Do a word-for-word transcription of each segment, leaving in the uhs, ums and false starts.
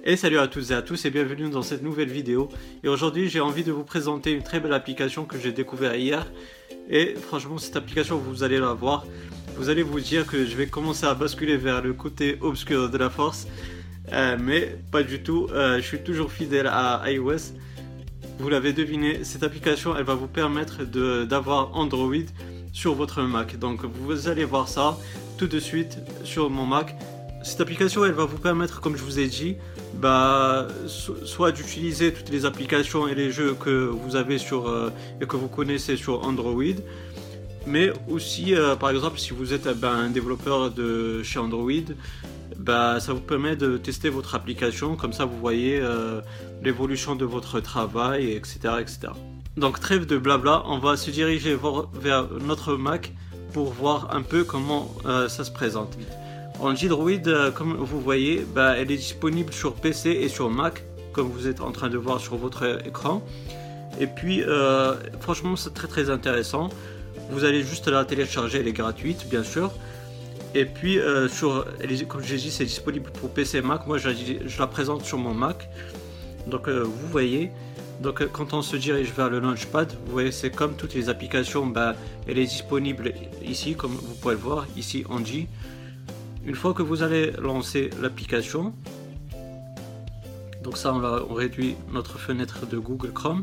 Et salut à toutes et à tous et bienvenue dans cette nouvelle vidéo. Et aujourd'hui j'ai envie de vous présenter une très belle application que j'ai découvert hier. Et franchement cette application, vous allez la voir, vous allez vous dire que je vais commencer à basculer vers le côté obscur de la force. Euh, mais pas du tout, euh, je suis toujours fidèle à iOS. Vous l'avez deviné, cette application elle va vous permettre d'avoir Android sur votre Mac. Donc vous allez voir ça tout de suite sur mon Mac. Cette application elle va vous permettre, comme je vous ai dit, bah, so soit d'utiliser toutes les applications et les jeux que vous avez sur euh, et que vous connaissez sur Android, mais aussi euh, par exemple si vous êtes bah, un développeur de chez Android, bah, ça vous permet de tester votre application, comme ça vous voyez euh, l'évolution de votre travail, etc., etc. Donc trêve de blabla, on va se diriger vers notre Mac pour voir un peu comment euh, ça se présente. Android, euh, comme vous voyez, bah, elle est disponible sur P C et sur Mac, comme vous êtes en train de voir sur votre écran. Et puis, euh, franchement, c'est très très intéressant. Vous allez juste la télécharger, elle est gratuite, bien sûr. Et puis, euh, sur, elle est, comme j'ai dit, c'est disponible pour P C et Mac. Moi, je, je la présente sur mon Mac. Donc, euh, vous voyez. Donc, euh, quand on se dirige vers le Launchpad, vous voyez, c'est comme toutes les applications. Bah, elle est disponible ici, comme vous pouvez le voir, ici, Angie. Une fois que vous allez lancer l'application, donc ça on, va, on réduit notre fenêtre de Google Chrome,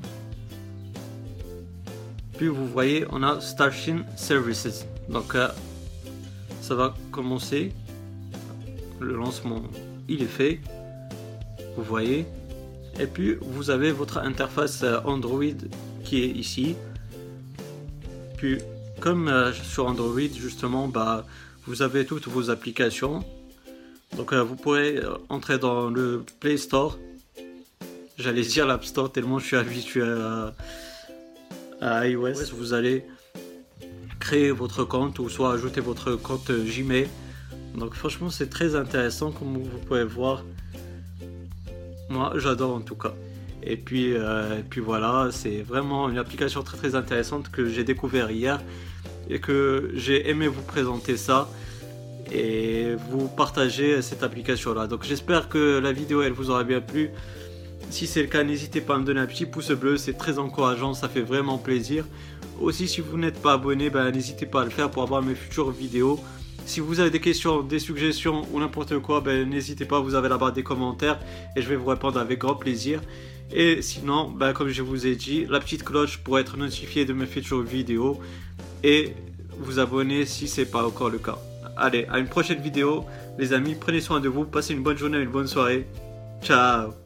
puis vous voyez on a Starting Services, donc euh, ça va commencer, le lancement il est fait, vous voyez, et puis vous avez votre interface Android qui est ici, puis comme euh, sur Android justement, bah vous avez toutes vos applications. Donc euh, vous pourrez euh, entrer dans le Play Store. J'allais dire l'App Store tellement je suis habitué à, à iOS. Vous allez créer votre compte ou soit ajouter votre compte Gmail. Donc franchement c'est très intéressant comme vous pouvez voir. Moi j'adore en tout cas. Et puis, euh, et puis voilà, c'est vraiment une application très très intéressante que j'ai découvert hier. Et que j'ai aimé vous présenter ça et vous partager cette application là. Donc j'espère que la vidéo elle vous aura bien plu. Si c'est le cas, n'hésitez pas à me donner un petit pouce bleu, c'est très encourageant, ça fait vraiment plaisir. Aussi si vous n'êtes pas abonné, ben, n'hésitez pas à le faire pour avoir mes futures vidéos. Si vous avez des questions, des suggestions ou n'importe quoi, ben, n'hésitez pas, vous avez la barre des commentaires et je vais vous répondre avec grand plaisir. Et sinon, ben, comme je vous ai dit, la petite cloche pour être notifié de mes futures vidéos. Et vous abonner si ce n'est pas encore le cas. Allez, à une prochaine vidéo, les amis, prenez soin de vous, passez une bonne journée, une bonne soirée. Ciao.